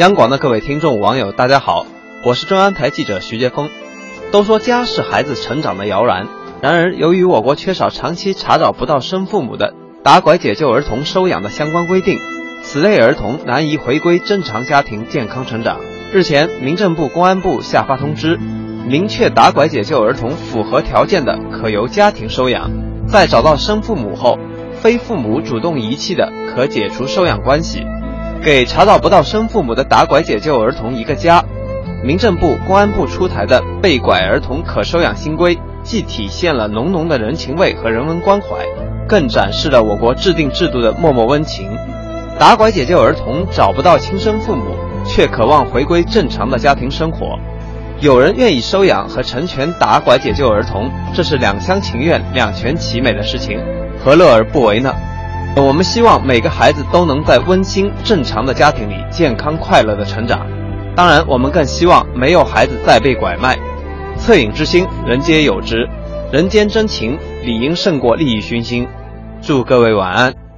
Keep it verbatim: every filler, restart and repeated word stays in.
央广的各位听众网友大家好，我是中央台记者徐杰峰。都说家是孩子成长的摇篮，然而由于我国缺少长期查找不到生父母的打拐解救儿童收养的相关规定，此类儿童难以回归正常家庭健康成长。日前，民政部、公安部下发通知，明确打拐解救儿童符合条件的可由家庭收养，在找到生父母后，非父母主动遗弃的可解除收养关系，给查找不到生父母的打拐解救儿童一个家。民政部、公安部出台的被拐儿童可收养新规，既体现了浓浓的人情味和人文关怀，更展示了我国制定制度的脉脉温情。打拐解救儿童找不到亲生父母，却渴望回归正常的家庭生活。有人愿意收养和成全打拐解救儿童，这是两厢情愿、两全其美的事情，何乐而不为呢？我们希望每个孩子都能在温馨正常的家庭里健康快乐的成长。当然，我们更希望没有孩子再被拐卖。恻隐之心，人皆有之，人间真情理应胜过利益熏心。祝各位晚安。